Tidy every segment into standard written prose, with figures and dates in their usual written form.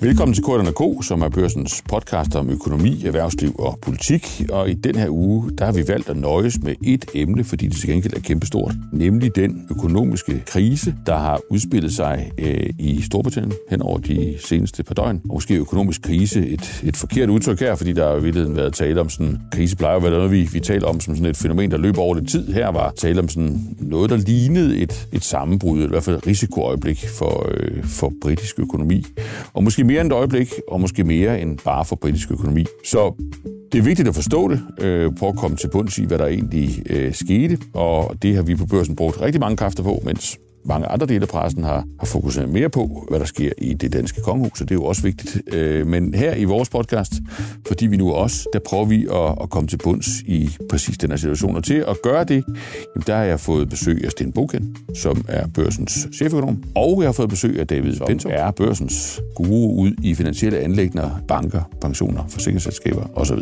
Velkommen til K&K, som er Børsens podcast om økonomi, erhvervsliv og politik. Og i den her uge, der har vi valgt at nøjes med et emne, fordi det til gengæld er kæmpestort. Nemlig den økonomiske krise, der har udspillet sig i Storbritannien hen over de seneste par døgn. Og måske økonomisk krise et forkert udtryk her, fordi der har i virkeligheden været tale om sådan, krise plejer at være noget, vi taler om som sådan et fænomen, der løber over lidt tid. Her var tale om sådan noget, der lignede et sammenbrud, eller i hvert fald et risikoøjeblik for britisk økonomi. Og måske mere end et øjeblik, og måske mere end bare for britisk økonomi. Så det er vigtigt at forstå det, prøve at komme til bunds i, hvad der egentlig skete, og det har vi på Børsen brugt rigtig mange kræfter på, mens mange andre dele af pressen har fokuseret mere på, hvad der sker i det danske kongehus, og det er jo også vigtigt. Men her i vores podcast, fordi vi nu også, der prøver vi at komme til bunds i præcis den her situation. Og til at gøre det, der har jeg fået besøg af Sten Boken, som er Børsens cheføkonom, og jeg har fået besøg af David Bentrup, som er Børsens guru ud i finansielle anliggender, banker, pensioner, forsikringsselskaber osv.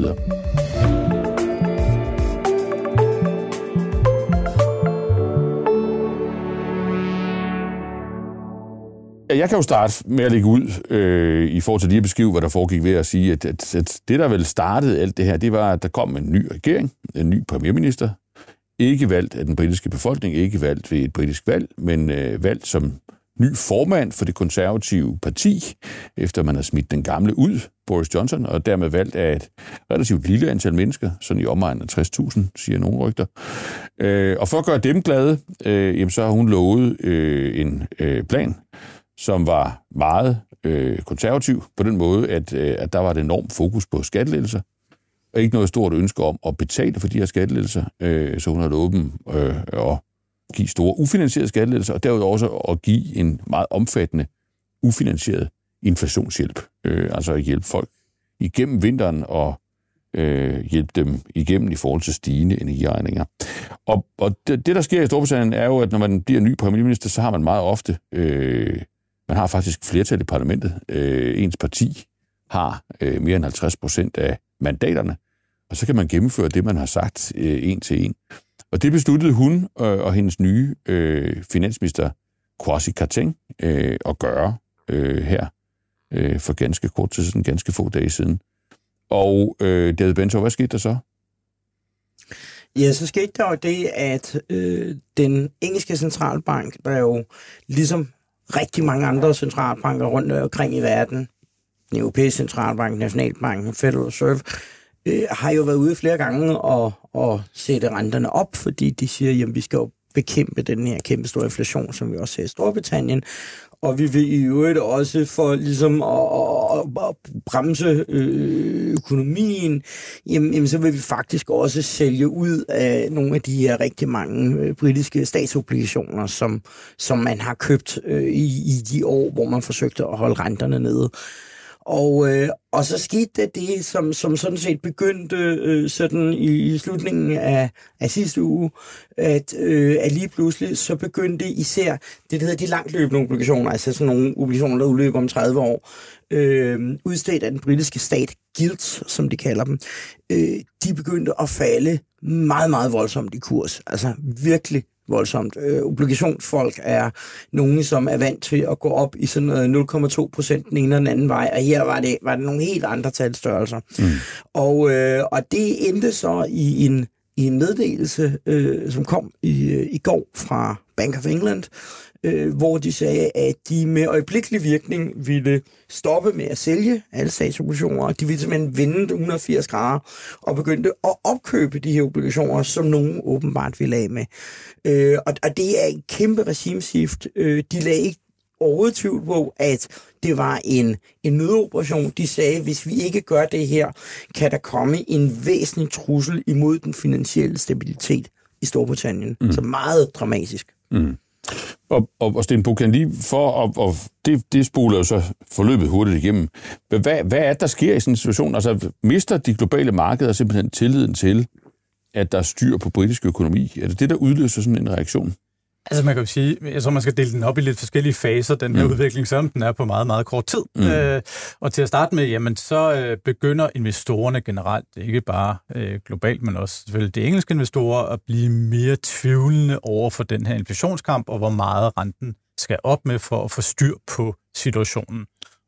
Jeg kan jo starte med at lægge ud i forhold til lige at beskrive, hvad der foregik ved at sige, at det, der vel startede alt det her, det var, at der kom en ny regering, en ny premierminister, ikke valgt af den britiske befolkning, ikke valgt ved et britisk valg, men valgt som ny formand for det konservative parti, efter man har smidt den gamle ud, Boris Johnson, og dermed valgt af et relativt lille antal mennesker, sådan i omegnen af 60.000, siger nogle rygter. Og for at gøre dem glade, så har hun lovet en plan, som var meget konservativ på den måde, at der var et enormt fokus på skattelettelser, og ikke noget stort ønske om at betale for de her skattelettelser, så hun har lovet dem at give store ufinansierede skattelettelser, og derudover også at give en meget omfattende ufinansieret inflationshjælp, altså at hjælpe folk igennem vinteren og hjælpe dem igennem i forhold til stigende energiregninger. Og det, der sker i Storbritannien, er jo, at når man bliver ny premierminister, så har man meget ofte man har faktisk flertal i parlamentet. Ens parti har mere end 50% af mandaterne, og så kan man gennemføre det, man har sagt en til en. Og det besluttede hun og hendes nye finansminister, Kwasi Kwarteng, at gøre her for ganske kort tid siden, ganske få dage siden. Og David Bentrup, hvad skete der så? Ja, så skete der jo det, at den engelske centralbank, der jo ligesom rigtig mange andre centralbanker rundt omkring i verden, den europæiske centralbank, Nationalbanken, Federal Reserve, har jo været ude flere gange og sætte renterne op, fordi de siger, at vi skal jo bekæmpe den her kæmpe store inflation, som vi også ser i Storbritannien. Og vi vil i øvrigt også for ligesom at bremse økonomien, jamen så vil vi faktisk også sælge ud af nogle af de her rigtig mange britiske statsobligationer, som man har købt i de år, hvor man forsøgte at holde renterne nede. Og så skete det, som sådan set begyndte sådan i slutningen af sidste uge, at lige pludselig så begyndte især det, der hedder de langtløbende obligationer, altså sådan nogle obligationer, der udløber om 30 år, udstedt af den britiske stat, gilts, som de kalder dem, de begyndte at falde meget, meget voldsomt i kurs. Altså virkelig voldsomt. Obligationsfolk er nogen, som er vant til at gå op i sådan noget 0,2% den ene og den anden vej, og her var det nogle helt andre talstørrelser. Og det endte så i en meddelelse, som kom i går fra Bank of England, hvor de sagde, at de med øjeblikkelig virkning ville stoppe med at sælge alle statsobligationer, og de ville simpelthen vende 180 grader og begyndte at opkøbe de her obligationer, som nogen åbenbart ville af med. Og det er en kæmpe regimeskift. De lagde ikke overhovedet tvivl på, at det var en nødoperation. De sagde, hvis vi ikke gør det her, kan der komme en væsentlig trussel imod den finansielle stabilitet i Storbritannien. Så meget dramatisk. Og Sten Boken, lige for, og det spoler jo så forløbet hurtigt igennem. Hvad er det, der sker i sådan en situation? Altså, mister de globale markeder simpelthen tilliden til, at der er styr på britisk økonomi? Er det det, der udløser sådan en reaktion? Altså man kan jo sige, jeg tror man skal dele den op i lidt forskellige faser, den her udvikling, som den er på meget, meget kort tid. Og til at starte med, jamen så begynder investorerne generelt, ikke bare globalt, men også selvfølgelig de engelske investorer, at blive mere tvivlende over for den her inflationskamp, og hvor meget renten skal op med for at få styr på situationen.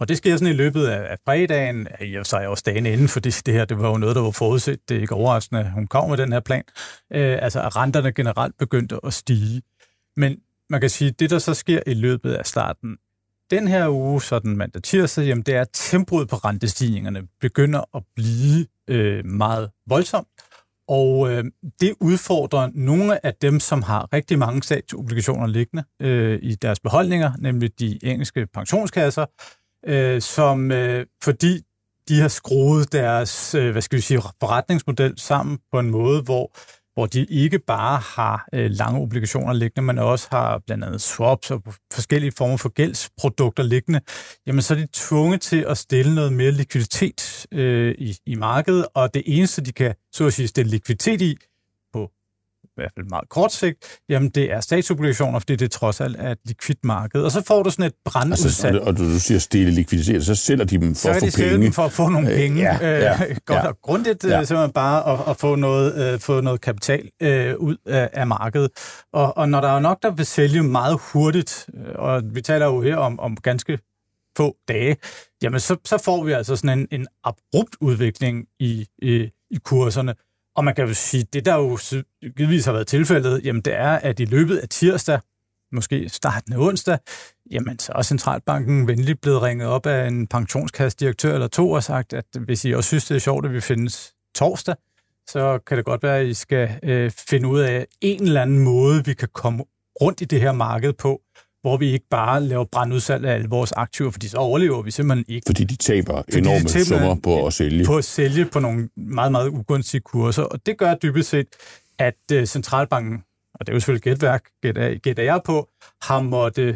Og det sker sådan i løbet af fredagen, i og sig også dagen inden, fordi det her, det var jo noget, der var forudset. Det er ikke overraskende, at hun kom med den her plan. Altså, at renterne generelt begyndte at stige. Men man kan sige, at det, der så sker i løbet af starten den her uge, sådan mandag tirsdag, jamen det er, at tempoet på rentestigningerne begynder at blive meget voldsomt. Og det udfordrer nogle af dem, som har rigtig mange statsobligationer liggende i deres beholdninger, nemlig de engelske pensionskasser, som fordi de har skruet deres forretningsmodel sammen på en måde, hvor de ikke bare har lange obligationer liggende, men også har blandt andet swaps og forskellige former for gældsprodukter liggende, jamen så er de tvunget til at stille noget mere likviditet i markedet, og det eneste, de kan så at sige stille likviditet i, på i hvert fald meget kort sigt, jamen det er statsobligationer, fordi det trods alt er et likvidt marked. Og så får du sådan et brandudsalg. Og du siger stille likviditet, så sælger de dem for at få penge. Så kan de sælge dem for at få nogle penge. Godt og grundigt, simpelthen bare at få noget kapital ud af markedet. Og når der er nok, der vil sælge meget hurtigt, og vi taler jo her om ganske få dage, jamen så får vi altså sådan en abrupt udvikling i kurserne. Og man kan jo sige, det der jo givetvis har været tilfældet, jamen det er, at i løbet af tirsdag, måske starten af onsdag, jamen så er Centralbanken venligt blevet ringet op af en pensionskassedirektør eller to og sagt, at hvis I også synes, det er sjovt, at vi findes torsdag, så kan det godt være, at I skal finde ud af en eller anden måde, vi kan komme rundt i det her marked på, hvor vi ikke bare laver brandudsalg af alle vores aktiver, fordi så overlever vi simpelthen ikke. Fordi de taber enorme summer på at sælge. På at sælge på nogle meget, meget ugunstige kurser. Og det gør dybest set, at Centralbanken, og det er jo selvfølgelig gætværk, gætter jeg på, har måttet,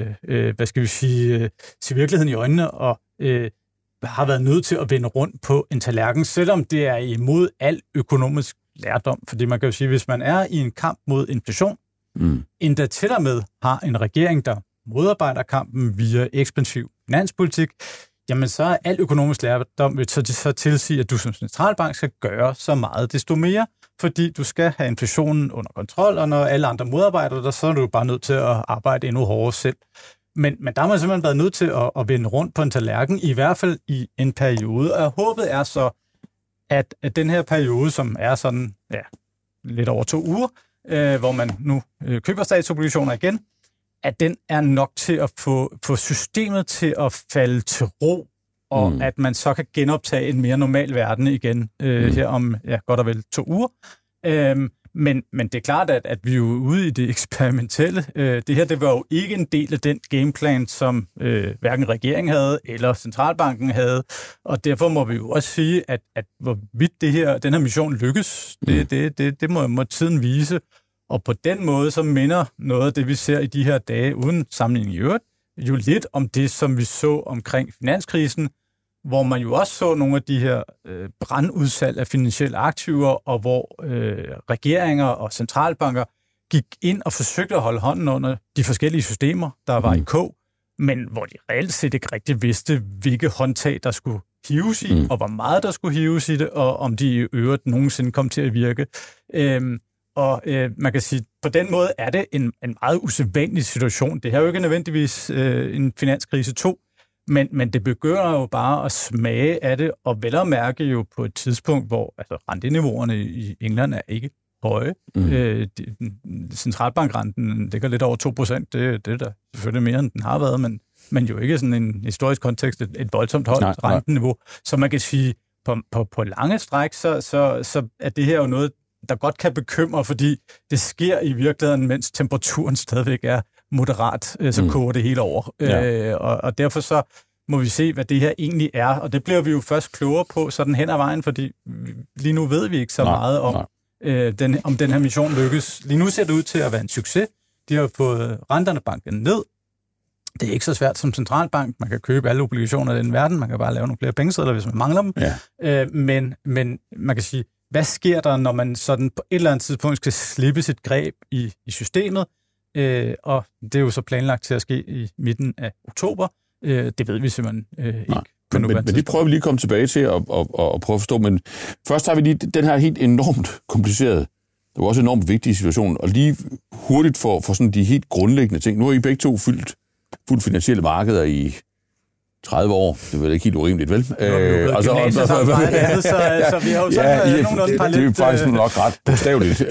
se virkeligheden i øjnene, og har været nødt til at vende rundt på en tallerken, selvom det er imod al økonomisk lærdom. Fordi man kan jo sige, hvis man er i en kamp mod inflation, endda til og med har en regering, der modarbejder kampen via ekspansiv finanspolitik, jamen så er al økonomisk lærdom vil så tilsige, at du som centralbank skal gøre så meget desto mere, fordi du skal have inflationen under kontrol, og når alle andre modarbejder dig, så er du bare nødt til at arbejde endnu hårdere selv. Men der har man simpelthen været nødt til at vende rundt på en tallerken, i hvert fald i en periode, og håbet er så, at den her periode, som er sådan lidt over 2 uger, hvor man nu køber statsobligationer igen, at den er nok til at få systemet til at falde til ro, og at man så kan genoptage en mere normal verden igen her om godt og vel 2 uger. Men det er klart, at vi er jo ude i det eksperimentelle. Det her, det var jo ikke en del af den gameplan, som hverken regeringen havde eller Centralbanken havde, og derfor må vi jo også sige, at hvorvidt den her mission lykkes, det må tiden vise. Og på den måde, så minder noget af det, vi ser i de her dage, uden sammenligning i øvrigt, jo lidt om det, som vi så omkring finanskrisen, hvor man jo også så nogle af de her brandudsalg af finansielle aktiver, og hvor regeringer og centralbanker gik ind og forsøgte at holde hånden under de forskellige systemer, der var i kog, men hvor de reelt set ikke rigtig vidste, hvilke håndtag der skulle hives i, og hvor meget der skulle hives i det, og om de i øvrigt nogensinde kom til at virke. Og man kan sige, på den måde er det en meget usædvanlig situation. Det her er jo ikke nødvendigvis en finanskrise 2, men det begynder jo bare at smage af det, og vel at mærke jo på et tidspunkt, hvor rentenniveauerne i England er ikke høje. Centralbankrenten ligger lidt over 2%. Det er da selvfølgelig mere, end den har været, men jo ikke sådan en historisk kontekst et voldsomt højt renteniveau. Så man kan sige, på lange stræk, så er det her jo noget, der godt kan bekymre, fordi det sker i virkeligheden, mens temperaturen stadigvæk er moderat, så koger det hele over. Og derfor så må vi se, hvad det her egentlig er, og det bliver vi jo først klogere på sådan hen ad vejen, fordi lige nu ved vi ikke så meget om, om den her mission lykkes. Lige nu ser det ud til at være en succes. De har fået renterne banket ned. Det er ikke så svært som centralbank. Man kan købe alle obligationer i den verden. Man kan bare lave nogle flere pengesedler, hvis man mangler dem. Ja. Men man kan sige, hvad sker der, når man sådan på et eller andet tidspunkt skal slippe sit greb i systemet? Og det er jo så planlagt til at ske i midten af oktober. Det ved vi simpelthen ikke. Men det prøver vi lige at komme tilbage til og prøve at forstå. Men først har vi lige den her helt enormt komplicerede, det var også enormt vigtige situation, og lige hurtigt for sådan de helt grundlæggende ting. Nu har I begge to fuldt finansielle markeder i 30 år. Det er vel ikke helt urimeligt, vel? Så vi har jo sådan nogenlunde parallelt. Det er faktisk nok ret bogstaveligt.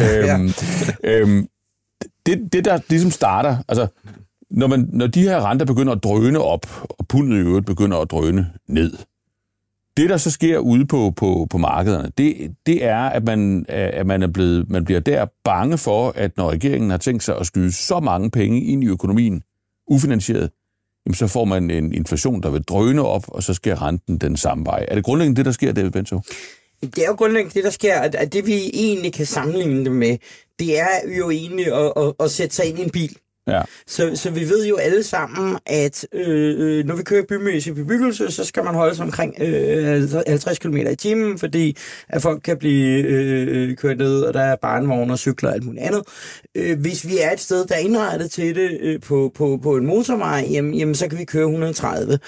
Det, der ligesom starter, altså, når de her renter begynder at drøne op, og pundet i øvrigt begynder at drøne ned, det, der så sker ude på markederne, det er, at man bliver der bange for, at når regeringen har tænkt sig at skyde så mange penge ind i økonomien, ufinansieret, jamen så får man en inflation, der vil drøne op, og så sker renten den samme vej. Er det grundlæggende det, der sker, David Bentov? Det er jo grundlæggende det, der sker, at det vi egentlig kan sammenligne det med, det er jo egentlig at sætte sig ind i en bil. Ja. Så vi ved jo alle sammen, at når vi kører bymæssig bebyggelse, så skal man holde sig omkring 50 km i timen, fordi at folk kan blive kørt ned, og der er barnevogne og cykler og alt muligt andet. Hvis vi er et sted, der er indrettet til det på en motorvej, jamen, så kan vi køre 130.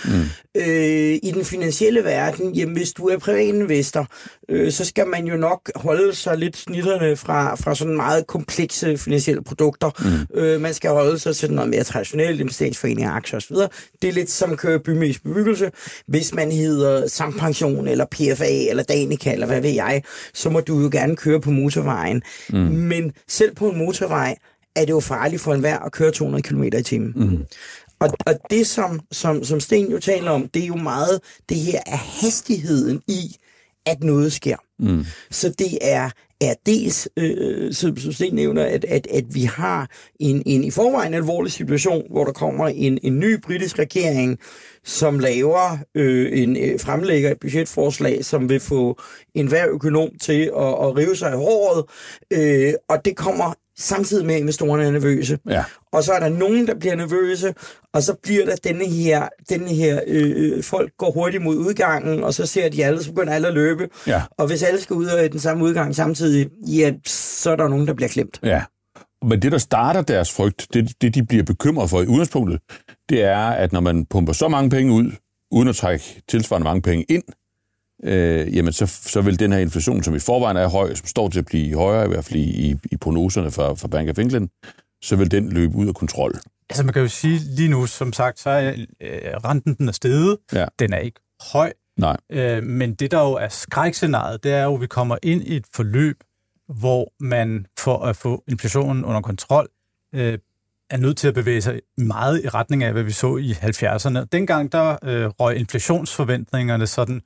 I den finansielle verden, jamen, hvis du er privatinvestor, så skal man jo nok holde sig lidt snitterne fra sådan meget komplekse finansielle produkter. Man skal holde sig til noget mere traditionelt, investeringsforeninger, aktier osv. Det er lidt som at køre bymæssig bebyggelse. Hvis man hedder Sampension, eller PFA, eller Danica, eller hvad ved jeg, så må du jo gerne køre på motorvejen. Men selv på en motorvej er det jo farligt for enhver at køre 200 km i timen. Og det, som Sten jo taler om, det er jo meget det her af hastigheden i, at noget sker. Så det er dels, som Sten nævner, at vi har en i forvejen alvorlig situation, hvor der kommer en ny britisk regering, som fremlægger et budgetforslag, som vil få enhver økonom til at rive sig i håret, og det kommer samtidig med, at investorerne er nervøse. Ja. Og så er der nogen, der bliver nervøse, og så bliver der denne her folk går hurtigt mod udgangen, og så ser de alle, så begynder alle at løbe. Ja. Og hvis alle skal ud af den samme udgang samtidig, ja, så er der nogen, der bliver klemt. Ja. Men det, der starter deres frygt, det de bliver bekymret for i udgangspunktet, det er, at når man pumper så mange penge ud, uden at trække tilsvarende mange penge ind, jamen så vil den her inflation, som i forvejen er høj, som står til at blive højere, i hvert fald i prognoserne fra Bank of England, så vil den løbe ud af kontrol. Altså man kan jo sige lige nu, som sagt, så er renten den er steget. Ja. Den er ikke høj. Nej. Men det, der jo er skrækscenariet, det er jo, at vi kommer ind i et forløb, hvor man for at få inflationen under kontrol, er nødt til at bevæge sig meget i retning af, hvad vi så i 70'erne. Dengang der røg inflationsforventningerne sådan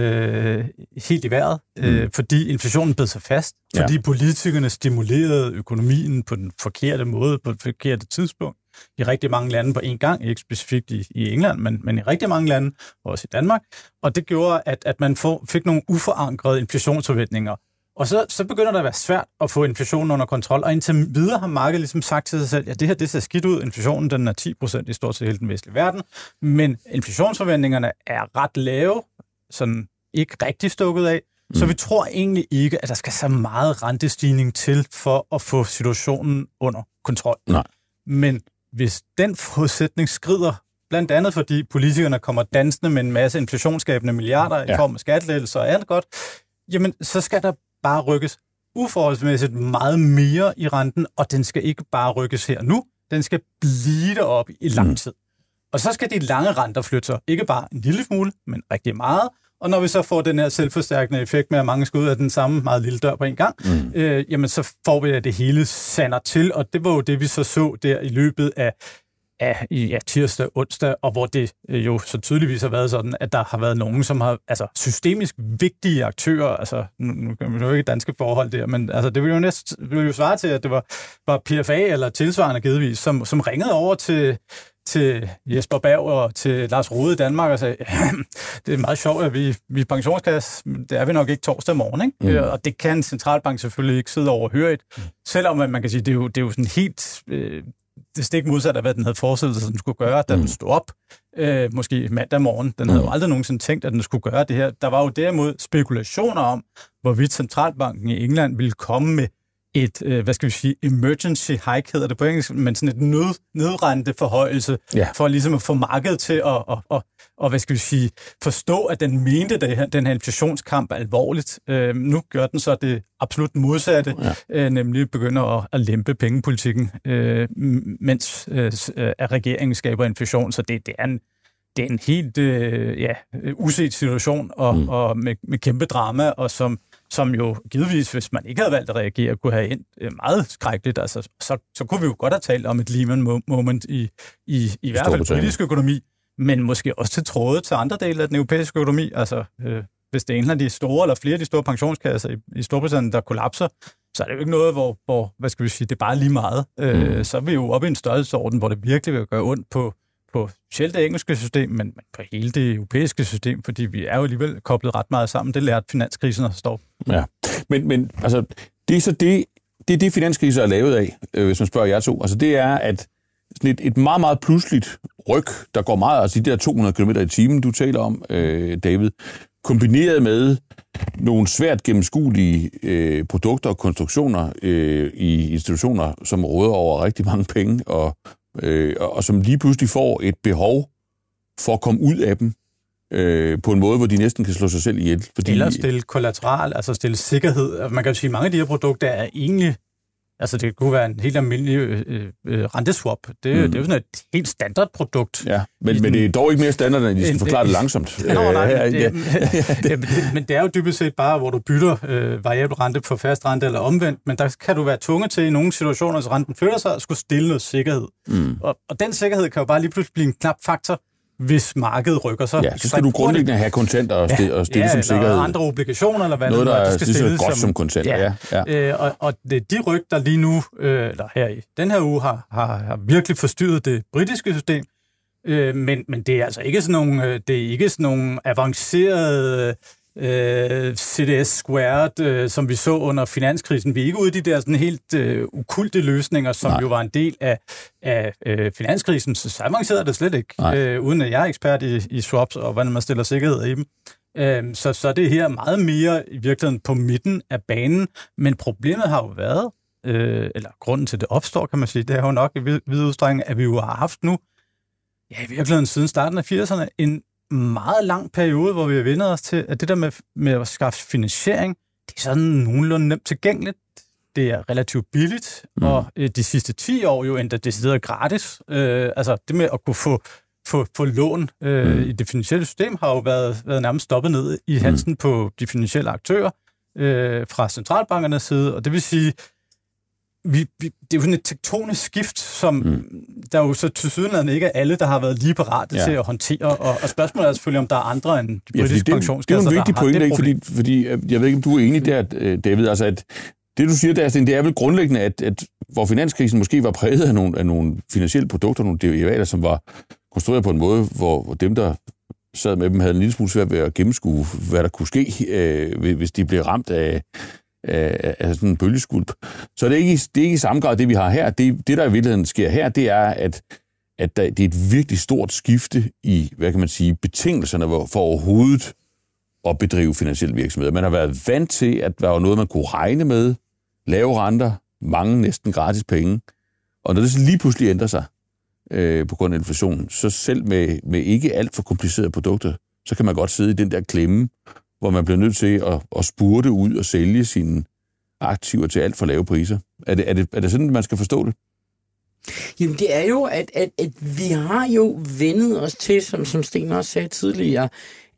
helt i vejret, fordi inflationen blev så fast, fordi politikerne stimulerede økonomien på den forkerte måde, på et forkerte tidspunkt, i rigtig mange lande på én gang, ikke specifikt i England, men i rigtig mange lande, også i Danmark, og det gjorde, at man fik nogle uforankrede inflationsforventninger. Og så begynder det at være svært at få inflationen under kontrol, og indtil videre har markedet ligesom sagt til sig selv, ja, det her det ser skidt ud, inflationen den er 10% i stort set hele den vestlige verden, men inflationsforventningerne er ret lave, sådan ikke rigtig stukket af, så vi tror egentlig ikke, at der skal så meget rentestigning til for at få situationen under kontrol. Nej. Men hvis den forudsætning skrider, blandt andet fordi politikerne kommer dansende med en masse inflationsskabende milliarder i form af skattelettelser og alt godt, jamen så skal der bare rykkes uforholdsmæssigt meget mere i renten, og den skal ikke bare rykkes her nu, den skal blive deroppe i lang tid. Og så skal de lange renter flytte sig, ikke bare en lille smule, men rigtig meget, og når vi så får den her selvforstærkende effekt med, at mange skal ud af den samme meget lille dør på en gang, jamen så får vi, at det hele sander til, og det var jo det, vi så der i løbet af tirsdag, onsdag, og hvor det jo så tydeligvis har været sådan, at der har været nogen, som har systemisk vigtige aktører, altså nu kan man jo ikke danske forhold der, men altså det vil jo svare til, at det var PFA eller tilsvarende givetvis, som ringede over til Jesper Berg og til Lars Rode i Danmark og sagde, det er meget sjovt, at vi er pensionskasse, det er vi nok ikke torsdag morgen, ikke? Og det kan en centralbank selvfølgelig ikke sidde overhørigt, selvom man kan sige, det er jo sådan helt det stik modsat af, hvad den havde forestillet sig, den skulle gøre, da den stod op, måske mandag morgen. Den havde jo aldrig nogensinde tænkt, at den skulle gøre det her. Der var jo derimod spekulationer om, hvorvidt centralbanken i England ville komme med et, emergency hike hedder det på engelsk, men sådan et nødrente forhøjelse, for ligesom at få markedet til at forstå, at den mente, at den her inflationskamp er alvorligt. Nu gør den så det absolut modsatte, nemlig begynder at lempe pengepolitikken, mens at regeringen skaber inflation, så det er det er en helt uset situation, og med kæmpe drama, og som jo givetvis, hvis man ikke havde valgt at reagere, kunne have endt meget skrækkeligt. Altså, så kunne vi jo godt have talt om et Lehman moment i hvert fald britisk økonomi, men måske også til tråde til andre dele af den europæiske økonomi. Altså, hvis det er en af de store, eller flere af de store pensionskasser i Storbritannien, der kollapser, så er det jo ikke noget, hvor hvad skal vi sige, det er bare lige meget. Så er vi jo oppe i en størrelsesorden, hvor det virkelig vil gøre ondt på specielt det engelske system, men på hele det europæiske system, fordi vi er jo alligevel koblet ret meget sammen. Det lærte finanskrisen at stå. Ja, men altså, det er så det finanskrisen er lavet af, hvis man spørger jer to. Altså, det er, at sådan et meget, meget pludseligt ryg, der går meget, altså de der 200 km i timen, du taler om, David, kombineret med nogle svært gennemskuelige produkter og konstruktioner i institutioner, som råder over rigtig mange penge, og som lige pludselig får et behov for at komme ud af dem på en måde, hvor de næsten kan slå sig selv ihjel. Fordi eller stille kollateral, altså stille sikkerhed. Man kan jo sige, at mange af de her produkter er egentlig, altså det kunne være en helt almindelig renteswap. Det er jo sådan et helt standardprodukt. Ja, men det er dog ikke mere standard, end de skal forklare det langsomt. Men det er jo dybest set bare, hvor du bytter variabel rente på fast rente eller omvendt, men der kan du være tvunget til i nogle situationer, så renten flytter sig og skulle stille noget sikkerhed. Og den sikkerhed kan jo bare lige pludselig blive en knap faktor, hvis markedet rykker sig. Ja, så skal du grundlæggende have kontanter og stille som sikkerhed. Eller andre obligationer, eller hvad noget, det er. Noget, der skal stille godt som kontanter. Ja. Og det de ryg, der lige nu, eller her i den her uge, har virkelig forstyrret det britiske system. Men det er altså ikke sådan nogle, avancerede CDS squared, som vi så under finanskrisen. Vi er ikke ude i de der sådan helt ukulte løsninger, som jo var en del af finanskrisen. Så avancerede det slet ikke, uden at jeg er ekspert i swaps og hvordan man stiller sikkerhed i dem. Så det her meget mere i virkeligheden på midten af banen. Men problemet har jo været, eller grunden til det opstår, kan man sige, det er jo nok i vid udstrækning, at vi jo har haft nu, i virkeligheden siden starten af 80'erne, en meget lang periode, hvor vi har vendt os til, at det der med at skaffe finansiering, det er sådan nogenlunde nemt tilgængeligt. Det er relativt billigt, og de sidste 10 år jo endda decideret gratis. Altså det med at kunne få lån i det finansielle system har jo været nærmest stoppet ned i halsen på de finansielle aktører fra centralbankernes side, og det vil sige, det er jo sådan et tektonisk skift, som der jo så tilsyneladende ikke er alle, der har været lige parate til at håndtere. Og spørgsmålet er selvfølgelig, om der er andre end de britiske pensionskasser, det er jo en vigtig pointe, ikke? Fordi jeg ved ikke, om du er enig der, David. Altså, at det du siger, det er vel grundlæggende, at hvor finanskrisen måske var præget af nogle finansielle produkter, nogle derivater, som var konstrueret på en måde, hvor dem, der sad med dem, havde en lille smule svært ved at gennemskue, hvad der kunne ske, hvis de blev ramt af sådan en bølgeskulp. Så det er ikke i samme grad det, vi har her. Det der i virkeligheden sker her, det er, at det er et virkelig stort skifte i, hvad kan man sige, betingelserne for overhovedet at bedrive finansiel virksomhed. Man har været vant til, at der var noget, man kunne regne med, lave renter, mange næsten gratis penge. Og når det så lige pludselig ændrer sig på grund af inflationen, så selv med ikke alt for komplicerede produkter, så kan man godt sidde i den der klemme, hvor man bliver nødt til at spurte ud og sælge sine aktiver til alt for lave priser. Er det sådan, man skal forstå det? Jamen, det er jo, at vi har jo vendet os til, som Sten også sagde tidligere,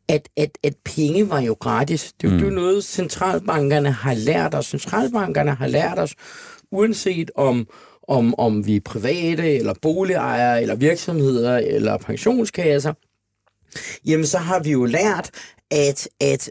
at penge var jo gratis. Det er jo noget, centralbankerne har lært os. Centralbankerne har lært os, uanset om vi er private, eller boligejere, eller virksomheder, eller pensionskasser, jamen så har vi jo lært, at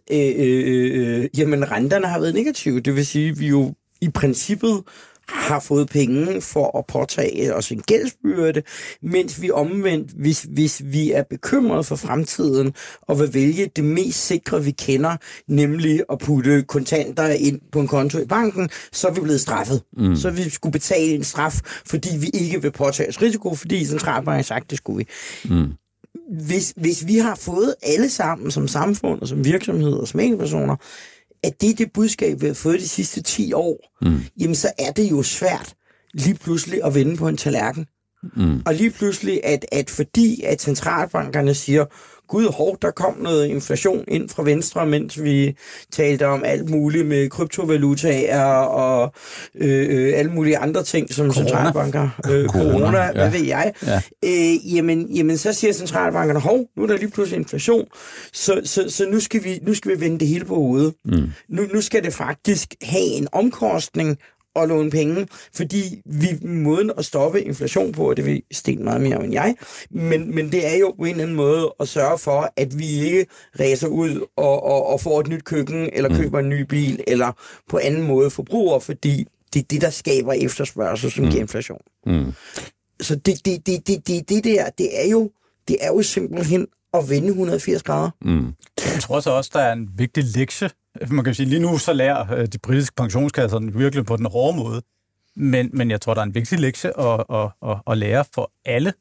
jamen, renterne har været negative. Det vil sige, at vi jo i princippet har fået penge for at påtage os en gældsbyrde, mens vi omvendt, hvis vi er bekymrede for fremtiden og vil vælge det mest sikre, vi kender, nemlig at putte kontanter ind på en konto i banken, så er vi blevet straffet. Så vi skulle betale en straf, fordi vi ikke vil påtage os risiko, fordi centralbanken har sagt, det skulle vi. Hvis vi har fået alle sammen som samfund og som virksomheder og som enkeltpersoner, at det er det budskab, vi har fået de sidste 10 år, jamen så er det jo svært lige pludselig at vende på en tallerken. Og lige pludselig, at fordi at centralbankerne siger, gud, der kom noget inflation ind fra Venstre, mens vi talte om alt muligt med kryptovalutaer og alle mulige andre ting, som centralbanker, corona, hvad ved jeg. Ja. Jamen, så siger centralbankerne, nu er der lige pludselig inflation, så nu skal vi vende det hele på hovedet. Nu skal det faktisk have en omkostning og låne penge, fordi måden at stoppe inflation på, og det vil Sten meget mere end jeg, men det er jo på en eller anden måde at sørge for, at vi ikke ræser ud og får et nyt køkken, eller køber en ny bil, eller på anden måde forbruger, fordi det er det, der skaber efterspørgsel, som giver inflation. Så det er jo simpelthen at vende 180 grader. Jeg tror så også, der er en vigtig lektie. Man kan sige, lige nu så lærer de britiske pensionskasser virkelig på den hårde måde. Men jeg tror, der er en vigtig lektie at lære for alle,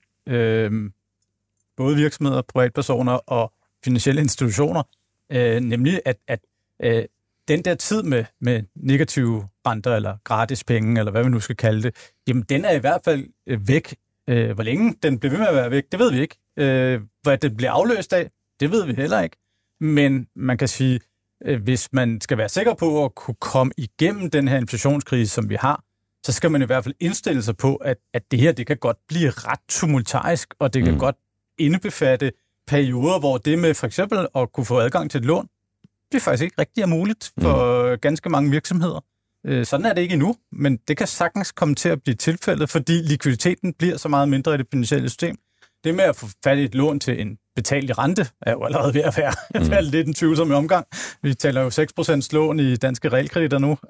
både virksomheder, privatpersoner og finansielle institutioner, nemlig at den der tid med negative renter eller gratis penge, eller hvad vi nu skal kalde det, jamen den er i hvert fald væk. Hvor længe den bliver ved med at være væk, det ved vi ikke. Hvad det bliver afløst af, det ved vi heller ikke. Men man kan sige, hvis man skal være sikker på at kunne komme igennem den her inflationskrise, som vi har, så skal man i hvert fald indstille sig på, at det her, det kan godt blive ret tumultarisk, og det kan godt indebefatte perioder, hvor det med for eksempel at kunne få adgang til et lån, det faktisk ikke rigtig er muligt for ganske mange virksomheder. Sådan er det ikke endnu, men det kan sagtens komme til at blive tilfældet, fordi likviditeten bliver så meget mindre i det finansielle system. Det med at få fat i et lån til en betalt rente er jo allerede ved at være lidt en tvivlsom omgang. Vi taler jo 6% lån i danske realkreditter nu.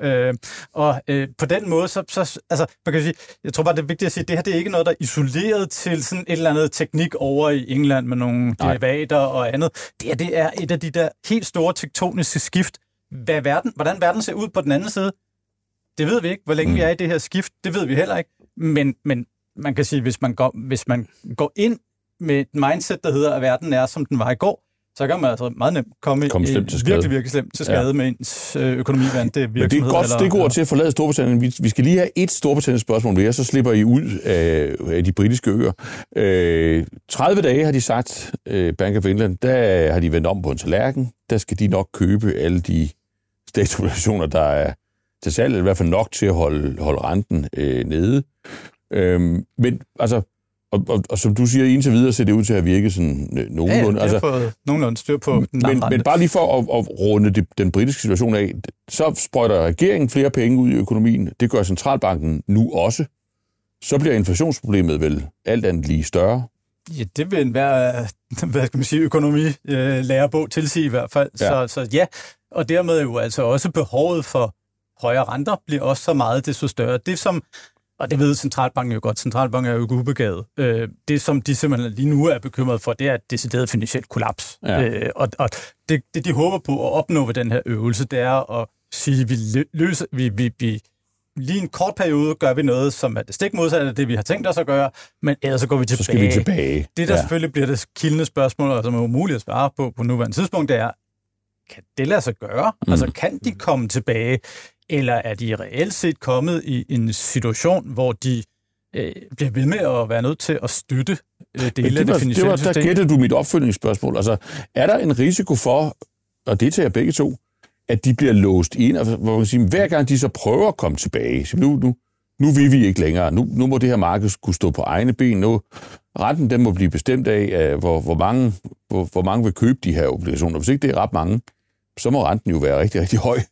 På den måde, så altså, man kan sige, jeg tror bare, det er vigtigt at sige, at det her det er ikke noget, der er isoleret til sådan et eller andet teknik over i England med nogle derivater og andet. Det er et af de der helt store tektoniske skift. Hvordan verden ser ud på den anden side, det ved vi ikke. Hvor længe vi er i det her skift, det ved vi heller ikke. Men man kan sige, hvis man går ind med et mindset, der hedder, at verden er, som den var i går, så kan man altså meget nemt komme virkelig slemt til skade med ens økonomi, hvad det er virksomhed. Men det er et godt stikord til at forlade Storbritannien. Vi skal lige have et Storbritannien-spørgsmål mere, så slipper I ud af de britiske øer. 30 dage har de sagt, Bank of England, der har de vendt om på en tallerken. Der skal de nok købe alle de statsobligationer, der er til salg, eller i hvert fald nok til at holde renten nede. Men altså, og som du siger, indtil videre ser det ud til at virke sådan nogenlunde. Ja, det har fået nogenlunde styr på den lange rente. Men bare lige for at runde den britiske situation af, så sprøjter regeringen flere penge ud i økonomien. Det gør centralbanken nu også. Så bliver inflationsproblemet vel alt andet lige større. Ja, det vil være, hvad skal man sige, økonomilærebog tilsige i hvert fald. Ja. Så ja, og dermed jo altså også behovet for højere renter bliver også så meget desto større. Det som, og det ved centralbanken jo godt, centralbanken er jo ikke ubegavet. Det som de simpelthen lige nu er bekymret for, det er et decideret finansielt kollaps. Ja. Og det de håber på at opnå ved den her øvelse, det er at sige, at vi lige en kort periode gør vi noget, som er det stik modsatte af det, vi har tænkt os at gøre, men ellers så går vi tilbage. Så skal vi tilbage. Det, der selvfølgelig bliver det kildende spørgsmål, og som er umuligt at svare på nuværende tidspunkt, det er, kan det lade sig gøre? Altså, kan de komme tilbage? Eller er de reelt set kommet i en situation, hvor de bliver ved med at være nødt til at støtte dele af det finansielle system? Der gættede du mit opfølgningsspørgsmål. Altså, er der en risiko for, og det tager begge to, at de bliver låst ind, og hvor man siger, hver gang de så prøver at komme tilbage, så nu vil vi ikke længere, nu må det her marked skulle stå på egne ben, nu renten den må blive bestemt af, hvor mange vil købe de her obligationer. Hvis ikke det er ret mange, så må renten jo være rigtig, rigtig høj.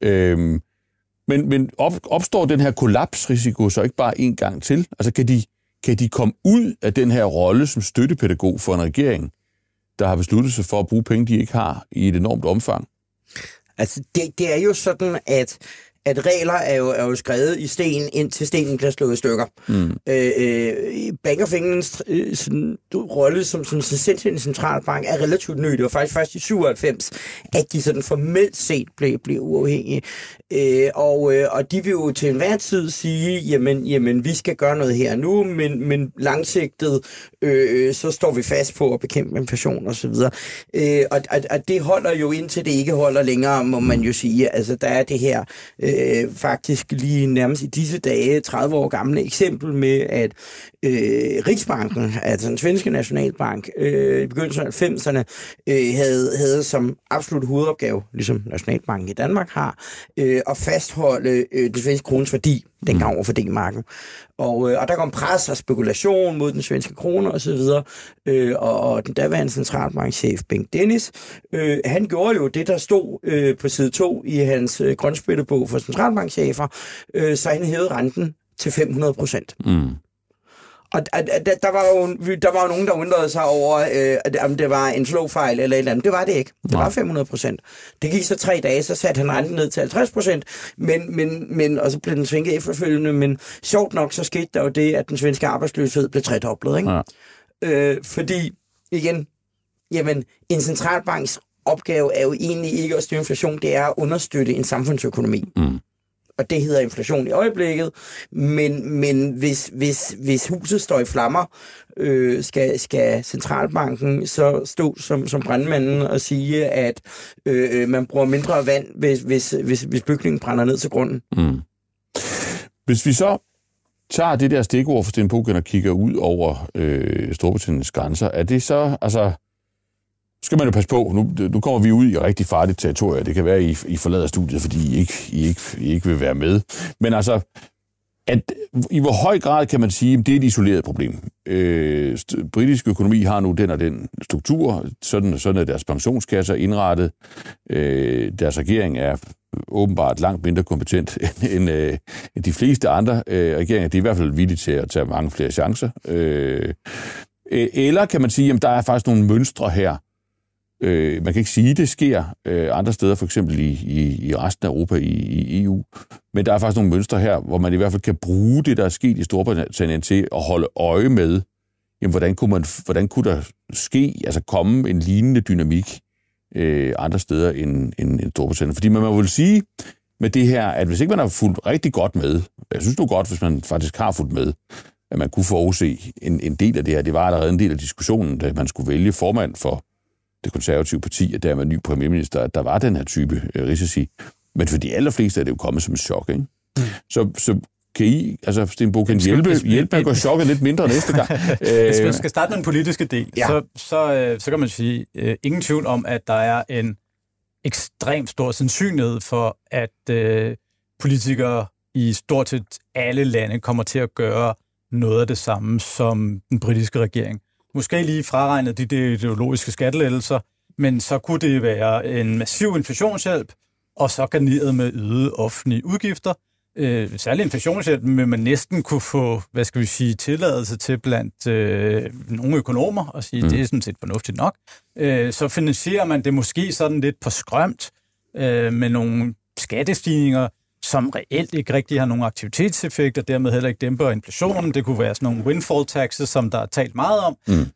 Men opstår den her kollapsrisiko så ikke bare en gang til? Altså kan de komme ud af den her rolle som støttepædagog for en regering, der har besluttet sig for at bruge penge, de ikke har i et enormt omfang? Altså det er jo sådan, at regler er jo skrevet i sten, indtil stenen bliver slået i stykker. Bank of Englands rolle som selvstændig centralbank er relativt ny. Det var faktisk først i 97, at de sådan formelt set blev uafhængige. Og de vil jo til enhver tid sige, jamen vi skal gøre noget her nu, men langsigtet, så står vi fast på at bekæmpe inflation og så videre. Og det holder jo indtil det ikke holder længere, må man jo sige. Altså der er det her faktisk lige nærmest i disse dage 30 år gamle eksempel med, at Riksbanken, altså den svenske nationalbank, i begyndelsen af 90'erne, havde som absolut hovedopgave, ligesom Nationalbanken i Danmark har, at fastholde den svenske krones værdi, dengang over for D-marken. Og der kom pres og spekulation mod den svenske krone og så videre, og den daværende centralbankchef Bengt Dennis, han gjorde jo det, der stod på side 2 i hans grønspættebog for centralbankchefer, så han hævede renten til 500%. Og der var jo nogen, der undrede sig over, om det var en slåfejl eller et eller andet. Det var det ikke. Det var 500%. Det gik så 3 dage, så satte han renten ned til 50%, men og så blev den svinket efterfølgende. Men sjovt nok, så skete der jo det, at den svenske arbejdsløshed blev tredoblet. Ikke? Ja. Fordi, igen, jamen, en centralbanks opgave er jo egentlig ikke at styre inflation, det er at understøtte en samfundsøkonomi. Og det hedder inflation i øjeblikket, men hvis huset står i flammer, skal centralbanken så stå som brandmanden og sige, at man bruger mindre vand, hvis bygningen brænder ned til grunden. Hvis vi så tager det der stikord for Stenbogen og kigger ud over Storbritanniens grænser, er det så, altså, skal man jo passe på, nu kommer vi ud i rigtig farligt territorium. Det kan være, at I forlader studiet, fordi I ikke vil være med. Men altså, at i hvor høj grad kan man sige, at det er et isoleret problem. Britisk økonomi har nu den og den struktur, sådan er deres pensionskasser indrettet. Deres regering er åbenbart langt mindre kompetent end de fleste andre regeringer. De er i hvert fald villige til at tage mange flere chancer. Eller kan man sige, at der er faktisk nogle mønstre her. Man kan ikke sige, at det sker andre steder, for eksempel i resten af Europa, i EU. Men der er faktisk nogle mønstre her, hvor man i hvert fald kan bruge det, der er sket i Storbritannien, til at holde øje med, jamen, hvordan kunne der ske, altså komme en lignende dynamik andre steder end Storbritannien. Fordi man vil sige med det her, at hvis ikke man har fulgt rigtig godt med, jeg synes det er godt, hvis man faktisk har fulgt med, at man kunne forudse en del af det her. Det var allerede en del af diskussionen, da man skulle vælge formand for det konservative parti, og dermed ny premierminister, at der var den her type risici. Men for de allerfleste er det jo kommet som et chok, ikke? Så kan I, altså Stenbogen, hjælpe med at gå chokket lidt mindre næste gang? Hvis man skal starte med den politiske del, ja. så kan man sige, ingen tvivl om, at der er en ekstremt stor sandsynlighed for, at politikere i stort set alle lande kommer til at gøre noget af det samme som den britiske regering. Måske lige fraregnet de ideologiske skattelettelser, men så kunne det være en massiv inflationshjælp, og så garneret med øgede offentlige udgifter. Særlig inflationshjælpen vil man næsten kunne få, tilladelse til blandt nogle økonomer, og sige, det er sådan set fornuftigt nok. Så finansierer man det måske sådan lidt på skrømt med nogle skattestigninger, som reelt ikke rigtig har nogen aktivitetseffekt, og dermed heller ikke dæmper inflationen. Det kunne være sådan nogle windfall taxes, som der er talt meget om.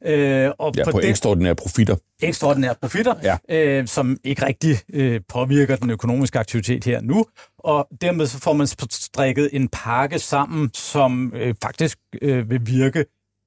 Og på ekstraordinære profitter. Ekstraordinære profitter, ja. Som ikke rigtig påvirker den økonomiske aktivitet her nu. Og dermed så får man strikket en pakke sammen, som faktisk vil virke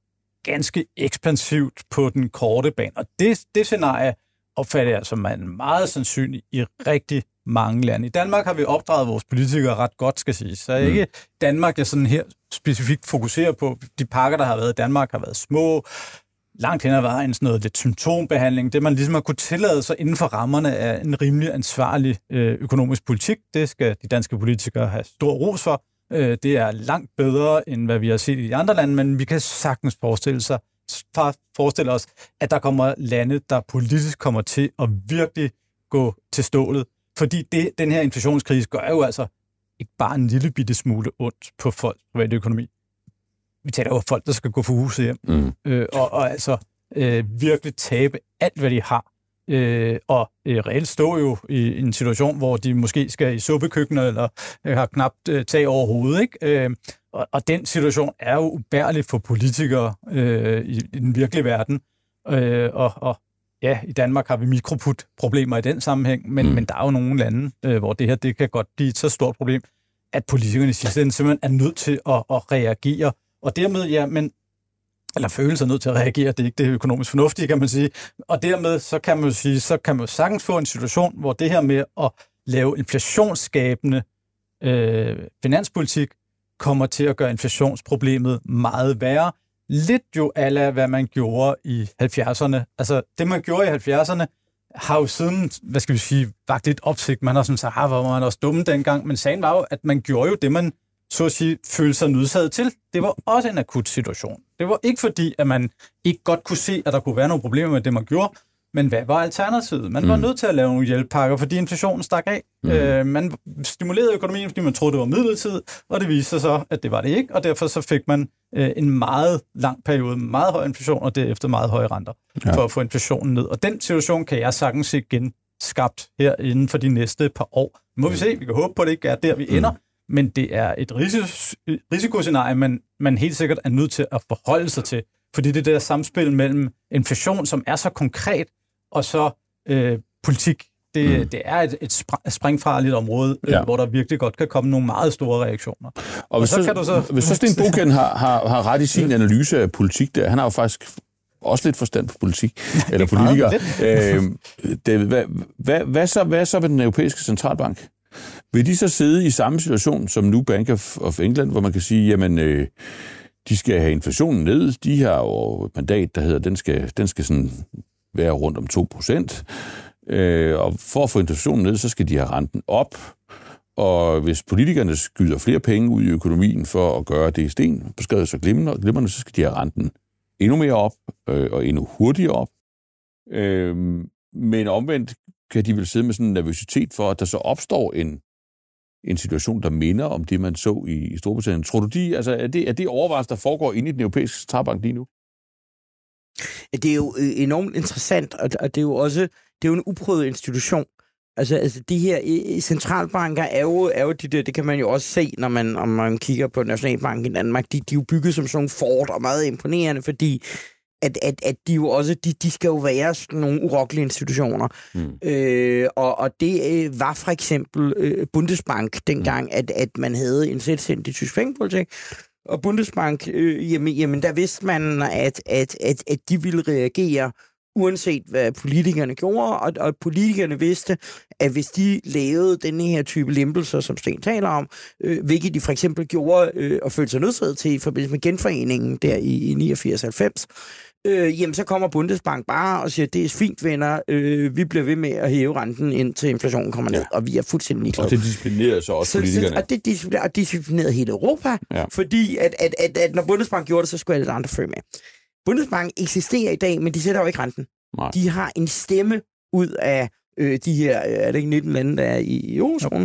ganske ekspansivt på den korte bane. Og det scenarie opfatter jeg som en meget sandsynlig i rigtig mange lande. I Danmark har vi opdraget vores politikere ret godt, skal sige. Så ikke Danmark, jeg sådan her specifikt fokuserer på. De pakker, der har været i Danmark, har været små, langt hen ad vejen, sådan noget lidt symptombehandling. Det man ligesom har kunne tillade sig inden for rammerne af en rimelig ansvarlig økonomisk politik. Det skal de danske politikere have stor ros for. Det er langt bedre, end hvad vi har set i de andre lande, men vi kan sagtens forestille os, at der kommer lande, der politisk kommer til at virkelig gå til stålet. Fordi den her inflationskrise gør jo altså ikke bare en lille bitte smule ondt på folks private økonomi. Vi taler jo folk, der skal gå for huset hjem, og altså virkelig tabe alt, hvad de har. Og reelt stå jo i en situation, hvor de måske skal i suppekøkkener, eller har knapt tag over hovedet, ikke? Og den situation er jo ubærlig for politikere i den virkelige verden. Ja, i Danmark har vi mikroput-problemer i den sammenhæng, men der er jo nogle lande, hvor det kan godt blive et så stort problem, at politikerne i sidste ende simpelthen er nødt til at reagere. Og dermed, eller føle sig nødt til at reagere, det er ikke det økonomisk fornuftige, kan man sige. Og dermed, så kan man jo sagtens få en situation, hvor det her med at lave inflationsskabende finanspolitik kommer til at gøre inflationsproblemet meget værre. Lidt jo ala, hvad man gjorde i 70'erne. Altså, det man gjorde i 70'erne, har jo siden, vagt lidt opsigt. Man har sådan sagt, hvor var man også dumme dengang, men sagen var jo, at man gjorde jo det, man så at sige, følte sig nødsaget til. Det var også en akut situation. Det var ikke fordi, at man ikke godt kunne se, at der kunne være nogle problemer med det, man gjorde, men hvad var alternativet? Man var nødt til at lave nogle hjælpepakker, fordi inflationen stak af. Man stimulerede økonomien, fordi man troede, det var midlertidigt, og det viste sig så, at det var det ikke, og derfor så fik man en meget lang periode med meget høj inflation, og derefter meget høje renter for at få inflationen ned. Og den situation kan jeg sagtens se genskabt her inden for de næste par år. Nu må vi se, vi kan håbe på, at det ikke er der, vi ender, men det er et risikoscenarie, man helt sikkert er nødt til at forholde sig til, fordi det der samspil mellem inflation, som er så konkret, og så politik, det er et springfarligt område, hvor der virkelig godt kan komme nogle meget store reaktioner. Og hvis så Sten Bogen har ret i sin analyse af politik, han har jo faktisk også lidt forstand på politik, eller politikere. Hvad så med den europæiske centralbank? Vil de så sidde i samme situation som nu Bank of England, hvor man kan sige, jamen, de skal have inflationen ned, de har jo et mandat, der hedder, den skal sådan være rundt om 2%, og for at få inflationen ned, så skal de have renten op, og hvis politikerne skyder flere penge ud i økonomien for at gøre det i sten, beskrevet så glimrende, så skal de have renten endnu mere op, og endnu hurtigere op. Men omvendt kan de vel sidde med sådan en nervøsitet for, at der så opstår en situation, der minder om det, man så i Storbritannien. Tror du, er det overvejelser, der foregår inde i den europæiske centralbank lige nu? Det er jo enormt interessant, og det er jo også en uprøvet institution. Altså de her centralbanker er jo de der, det kan man jo også se, når man kigger på Nationalbanken i Danmark. De er jo bygget som sådan fort og meget imponerende, fordi at de jo også, de skal jo være sådan nogle urokkelige institutioner. Og det var for eksempel Bundesbank dengang, at man havde en selvstændig tysk pengepolitik. Og Bundesbank, jamen der vidste man, at de ville reagere uanset hvad politikerne gjorde, og politikerne vidste, at hvis de lavede denne her type lempelser, som Sten taler om, hvilket de for eksempel gjorde og følte sig nødsaget til i forbindelse med genforeningen der i 89-90, jamen så kommer Bundesbank bare og siger, det er fint, venner, vi bliver ved med at hæve renten, indtil inflationen kommer ned, og vi er fuldstændig ligeglade. Og det disciplinerede så også politikerne. Og det disciplinerede hele Europa, fordi at når Bundesbank gjorde det, så skulle alle andre følge med. Bundesbank eksisterer i dag, men de sætter jo ikke renten. Nej. De har en stemme ud af de her, er det ikke 19 lande, der er i eurozonen.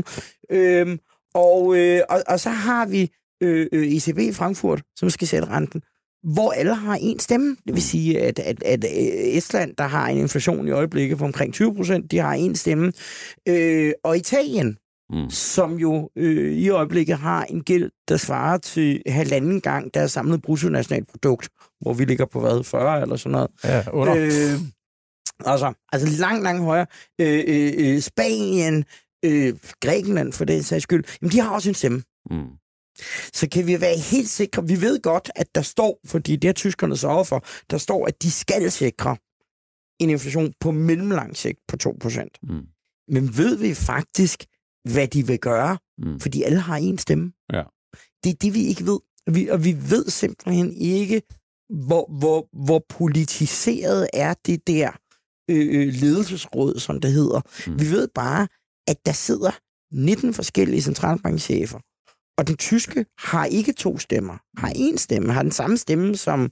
Og så har vi ECB i Frankfurt, som skal sætte renten, hvor alle har en stemme. Det vil sige, at Estland, der har en inflation i øjeblikket på omkring 20%, de har en stemme. Og Italien, som jo i øjeblikket har en gæld, der svarer til 1,5 gang deres samlede bruttonationalprodukt, hvor vi ligger på hvad, 40 eller sådan noget. Ja, under. Altså langt højere. Spanien, Grækenland for den sags skyld, jamen de har også en stemme. Så kan vi være helt sikre, vi ved godt, at der står, fordi det er tyskerne sørger for, der står, at de skal sikre en inflation på mellemlang sigt på 2%. Men ved vi faktisk, hvad de vil gøre? Fordi alle har en stemme. Ja. Det er det, vi ikke ved. Og vi ved simpelthen ikke, hvor politiseret er det der ledelsesråd, som det hedder. Vi ved bare, at der sidder 19 forskellige centralbankchefer, og den tyske har ikke 2 stemmer, har 1 stemme, har den samme stemme som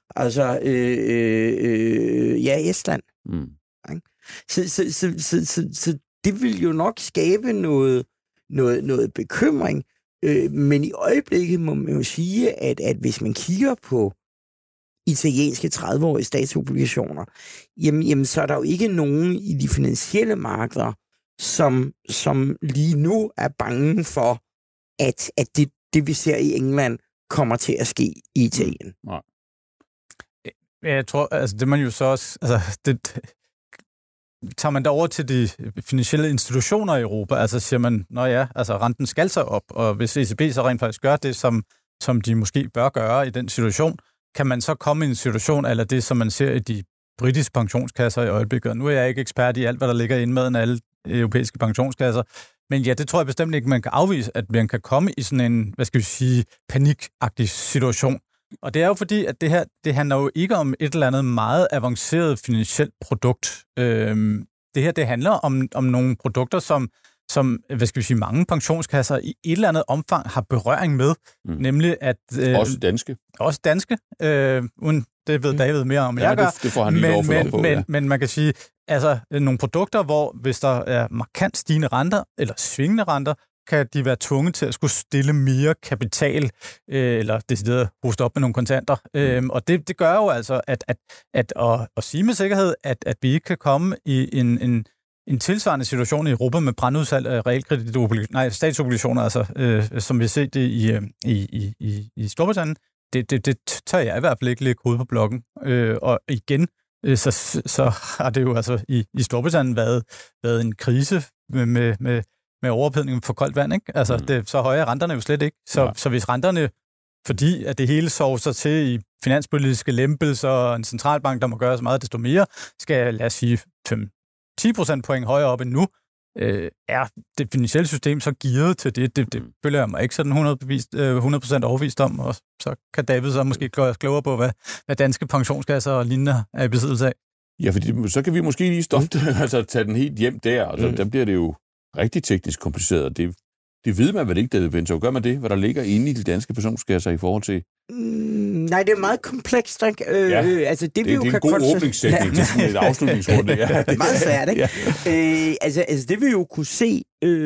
Estland. Så det vil jo nok skabe noget bekymring, men i øjeblikket må man jo sige, at hvis man kigger på italienske 30-årige statsobligationer, jamen så er der jo ikke nogen i de finansielle markeder, som lige nu er bange for, at det vi ser i England kommer til at ske i Italien. Jeg tror, altså det man jo så også, altså det tager man over til de finansielle institutioner i Europa, altså siger man, altså renten skal så op, og hvis ECB så rent faktisk gør det, som de måske bør gøre i den situation, kan man så komme i en situation, eller det, som man ser i de britiske pensionskasser i øjeblikket. Nu er jeg ikke ekspert i alt, hvad der ligger inde med alle europæiske pensionskasser, Men ja, det tror jeg bestemt ikke, man kan afvise, at man kan komme i sådan en, hvad skal vi sige, panikagtig situation. Og det er jo fordi, at det her, det handler jo ikke om et eller andet meget avanceret finansielt produkt. Det her, det handler om nogle produkter, som, hvad skal vi sige, mange pensionskasser i et eller andet omfang har berøring med, nemlig at... også danske. Også danske. Det ved David mere om, jeg gør. Det får han lige lov at på. Men man kan sige, altså nogle produkter, hvor hvis der er markant stigende renter, eller svingende renter, kan de være tvunget til at skulle stille mere kapital, eller decideret hoste op med nogle kontanter. Og det gør jo altså, at sige med sikkerhed, at vi ikke kan komme i en tilsvarende situation i Europa med brandudsalg af statsobligationer, altså, som vi har set det i Storbritannien. Det tør jeg i hvert fald ikke lægge hovedet på blokken. Og igen, så har det jo altså i Storbritannien været en krise med overophedning for koldt vand, ikke? Altså, så høje er renterne jo slet ikke. Så hvis renterne, fordi at det hele sover sig til i finanspolitiske lempelser og en centralbank, der må gøre så meget desto mere, skal, lad os sige, 10 procentpoint højere op end nu, er det finansielle system så gearet til det. Det føler jeg mig ikke sådan 100% overvist om, og så kan David så måske gøre klogere på, hvad danske pensionskasser og lignende er i besiddelse af. Ja, fordi så kan vi måske lige stoppe det, altså tage den helt hjem der, og der bliver det jo rigtig teknisk kompliceret. Det ved man vel ikke, David Bentov. Gør man det, hvad der ligger inde i de danske pensionskasser i forhold til... Nej, det er meget komplekst, ikke? Altså, det er en god åbningssætning til sådan et afslutningsrunde. Ja. Det er meget svært, ikke? Ja. Altså, det vil jo kunne se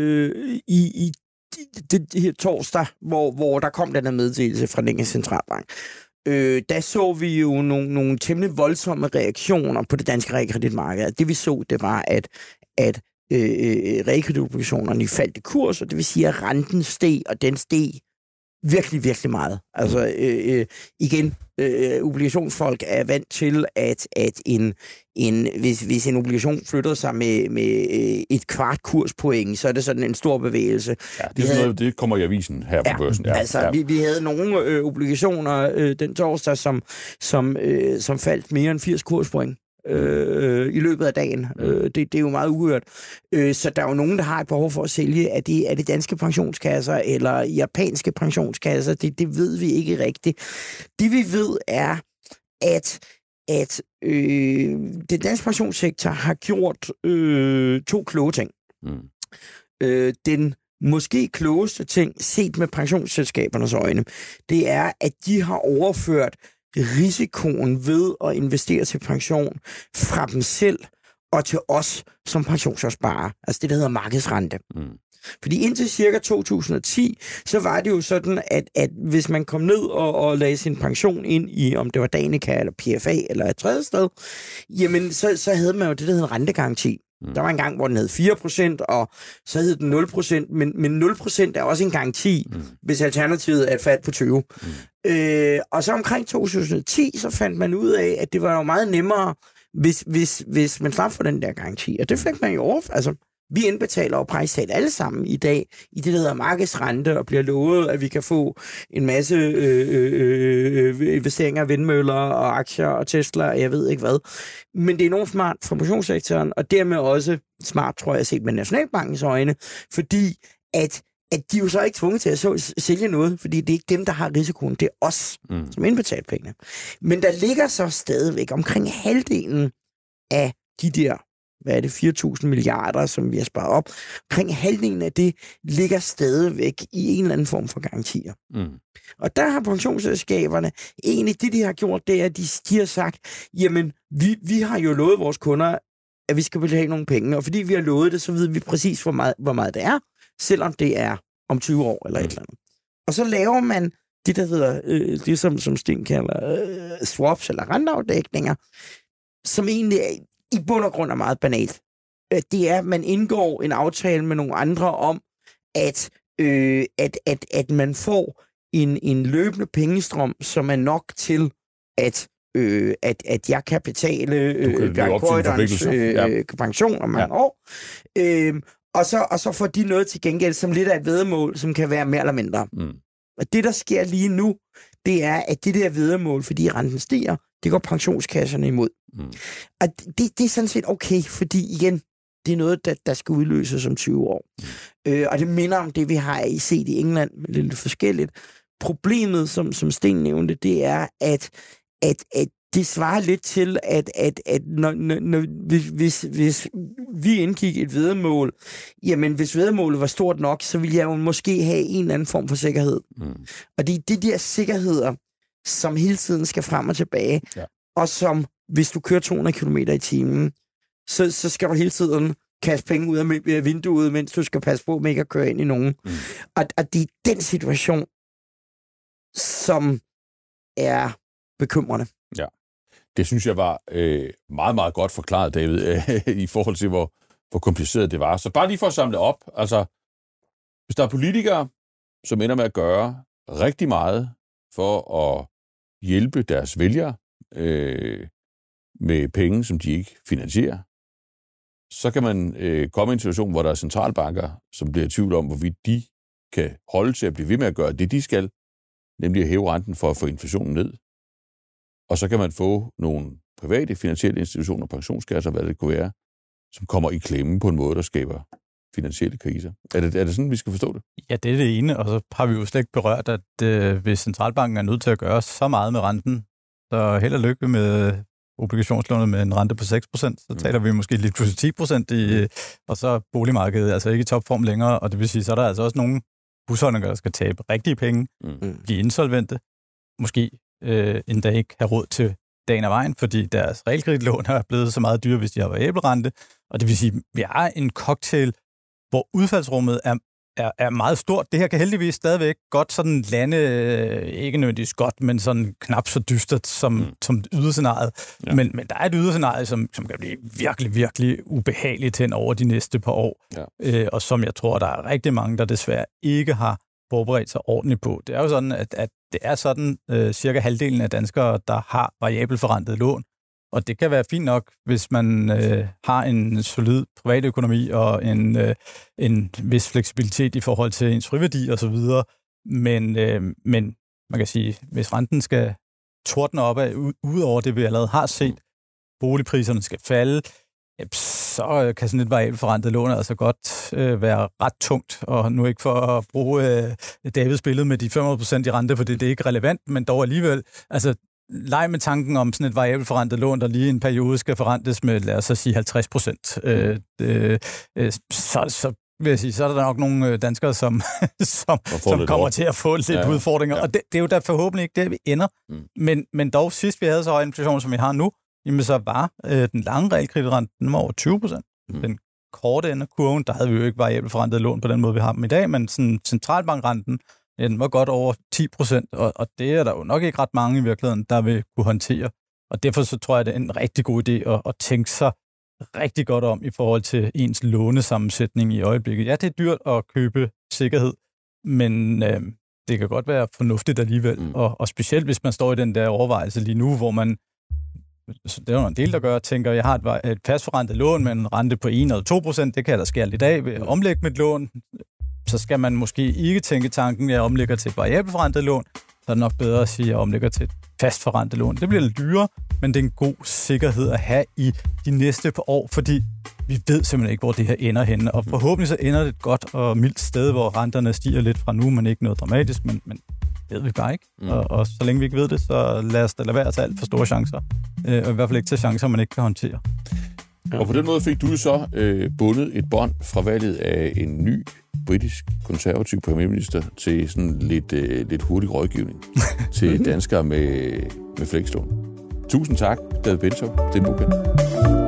i det her torsdag, hvor der kom den her meddelelse fra den engelske centralbank. Der så vi jo nogle temmelig voldsomme reaktioner på det danske realkreditmarked. Det vi så, det var, at realkreditobligationerne faldt i kurs, og det vil sige, at renten steg, og den steg virkelig, virkelig meget. Altså igen, obligationsfolk er vant til, at hvis en obligation flytter sig med et kvart kurspoint, så er det sådan en stor bevægelse. Ja, det kommer i avisen her på børsen. Ja, altså, vi havde nogle obligationer den torsdag, som faldt mere end 80 kurspoint. I løbet af dagen. Det er jo meget uhørt. Så der er jo nogen, der har et behov for at sælge. Er det danske pensionskasser eller japanske pensionskasser? Det ved vi ikke rigtigt. Det vi ved er, at den danske pensionssektor har gjort 2 kloge ting. Den måske klogeste ting, set med pensionsselskabernes øjne, det er, at de har overført risikoen ved at investere til pension fra dem selv og til os som pensionsopsparere. Altså det, der hedder markedsrente. Fordi indtil cirka 2010, så var det jo sådan, at hvis man kom ned og lagde sin pension ind i, om det var Danica eller PFA eller et tredje sted, jamen så havde man jo det, der hedder rentegaranti. Der var en gang, hvor den hed 4%, og så hed den 0%, men 0% er også en garanti, hvis alternativet er et fald på 20. Og så omkring 2010, så fandt man ud af, at det var jo meget nemmere, hvis man slap for den der garanti. Og det fik man jo over. Altså, vi indbetaler jo prejstat alle sammen i dag i det, der hedder markedsrente, og bliver lovet, at vi kan få en masse investeringer af vindmøller og aktier og Tesla, og jeg ved ikke hvad. Men det er enormt smart for pensionssektoren, og dermed også smart, tror jeg, set med Nationalbankens øjne, fordi at de er jo så ikke tvunget til at sælge noget, fordi det er ikke dem, der har risikoen. Det er os, som indbetaler pengene. Men der ligger så stadigvæk omkring halvdelen af de der, hvad er det, 4.000 milliarder, som vi har sparet op. Omkring halvdelen af det ligger stadigvæk i en eller anden form for garantier. Og der har pensionsselskaberne, egentlig det, de har gjort, det er, at de har sagt, jamen, vi har jo lovet vores kunder, at vi skal betale nogle penge, og fordi vi har lovet det, så ved vi præcis, hvor meget det er, selvom det er om 20 år eller et eller andet. Og så laver man det, der hedder, det som Sten kalder swaps eller renteafdækninger, som egentlig i bund og grund er meget banalt. Det er, at man indgår en aftale med nogle andre om, at man får en løbende pengestrøm, som er nok til, at jeg kan betale pension om mange år. Og så får de noget til gengæld, som lidt af et væddemål, som kan være mere eller mindre. Og det, der sker lige nu, det er, at det der væddemål, fordi renten stiger, det går pensionskasserne imod. Og det er sådan set okay, fordi igen, det er noget, der skal udløses om 20 år. Og det minder om det, vi har set i England, lidt forskelligt. Problemet, som Sten nævnte, det er, at det svarer lidt til, at hvis vi indgik et væddemål, jamen hvis væddemålet var stort nok, så ville jeg jo måske have en eller anden form for sikkerhed. Og det er de der sikkerheder, som hele tiden skal frem og tilbage, og som, hvis du kører 200 km i timen, så skal du hele tiden kaste penge ud af vinduet, mens du skal passe på med ikke at køre ind i nogen. Og det er den situation, som er bekymrende. Ja, det synes jeg var meget, meget godt forklaret, David, i forhold til, hvor kompliceret det var. Så bare lige for at samle op, altså, hvis der er politikere, som ender med at gøre rigtig meget for at hjælpe deres vælgere med penge, som de ikke finansierer, så kan man komme i en situation, hvor der er centralbanker, som bliver i tvivl om, hvorvidt de kan holde til at blive ved med at gøre det, de skal, nemlig at hæve renten for at få inflationen ned. Og så kan man få nogle private finansielle institutioner, pensionskasser, hvad det kunne være, som kommer i klemme på en måde, der skaber finansielle kriser. Er det sådan, vi skal forstå det? Ja, det er det ene, og så har vi jo slet ikke berørt, at hvis centralbanken er nødt til at gøre så meget med renten, så held og lykke med obligationslånet med en rente på 6%, så taler vi måske lige pludselig 10%, og så boligmarkedet altså ikke i topform længere, og det vil sige, så er der altså også nogle husholdninger, der skal tabe rigtige penge, blive insolvente, måske endda ikke have råd til dagen af vejen, fordi deres realkreditlån er blevet så meget dyre, hvis de har variabel rente, og det vil sige, at vi har en cocktail, hvor udfaldsrummet er meget stort. Det her kan heldigvis stadigvæk godt sådan lande, ikke nødvendigvis godt, men sådan knap så dystert som yderscenariet. Ja. Men der er et yderscenarie, som kan blive virkelig, virkelig ubehageligt hen over de næste par år. Ja. Og som jeg tror, der er rigtig mange, der desværre ikke har forberedt sig ordentligt på. Det er jo sådan, at det er sådan cirka halvdelen af danskere, der har variabelforrentet lån. Og det kan være fint nok, hvis man har en solid privatøkonomi og en vis fleksibilitet i forhold til ens friværdi og så videre. Men man kan sige, hvis renten skal tordne op af, ud over det, vi allerede har set, boligpriserne skal falde, så kan sådan et variabelforrentet lån altså godt være ret tungt. Og nu ikke for at bruge Davids billede med de 500% i rente, for det er ikke relevant, men dog alligevel, altså leg med tanken om sådan et variabelforrentet lån, der lige i en periode skal forrentes med, lad os så sige, 50%. Så vil jeg sige, så er der nok nogle danskere, som kommer til at få lidt udfordringer. Ja. Og det er jo da forhåbentlig ikke der, vi ender. Men dog, sidst vi havde så høj inflation, som vi har nu, jamen så var den lange realkreditrente, den var over 20%. Den korte ende af kurven, der havde vi jo ikke variabelforrentet lån på den måde, vi har dem i dag, men sådan centralbankrenten, den var godt over 10%, og det er der jo nok ikke ret mange i virkeligheden, der vil kunne håndtere. Og derfor så tror jeg, det er en rigtig god idé at tænke sig rigtig godt om i forhold til ens lånesammensætning i øjeblikket. Ja, det er dyrt at købe sikkerhed, men det kan godt være fornuftigt alligevel. Og specielt hvis man står i den der overvejelse lige nu, hvor man, så det er jo en del, der gør, tænker, jeg har et fastforrentet lån med en rente på 1 eller 2%, det kan jeg da skære lidt af ved at omlægge mit lån. Så skal man måske ikke tænke tanken, at jeg omlægger til et variabelforrentet lån, så er det nok bedre at sige, at jeg omlægger til et fastforrentet lån. Det bliver lidt dyrere, men det er en god sikkerhed at have i de næste par år, fordi vi ved simpelthen ikke, hvor det her ender henne. Og forhåbentlig så ender det et godt og mildt sted, hvor renterne stiger lidt fra nu, men ikke noget dramatisk, men ved vi bare ikke. Og så længe vi ikke ved det, så lad os da lade være at tage alt for store chancer. Og i hvert fald ikke til chancer, man ikke kan håndtere. Og på den måde fik du så bundet et bånd fra valget af en ny britisk konservativ premierminister til sådan lidt hurtig rådgivning til danskere med flekslån. Tusind tak, David Bentov. Det er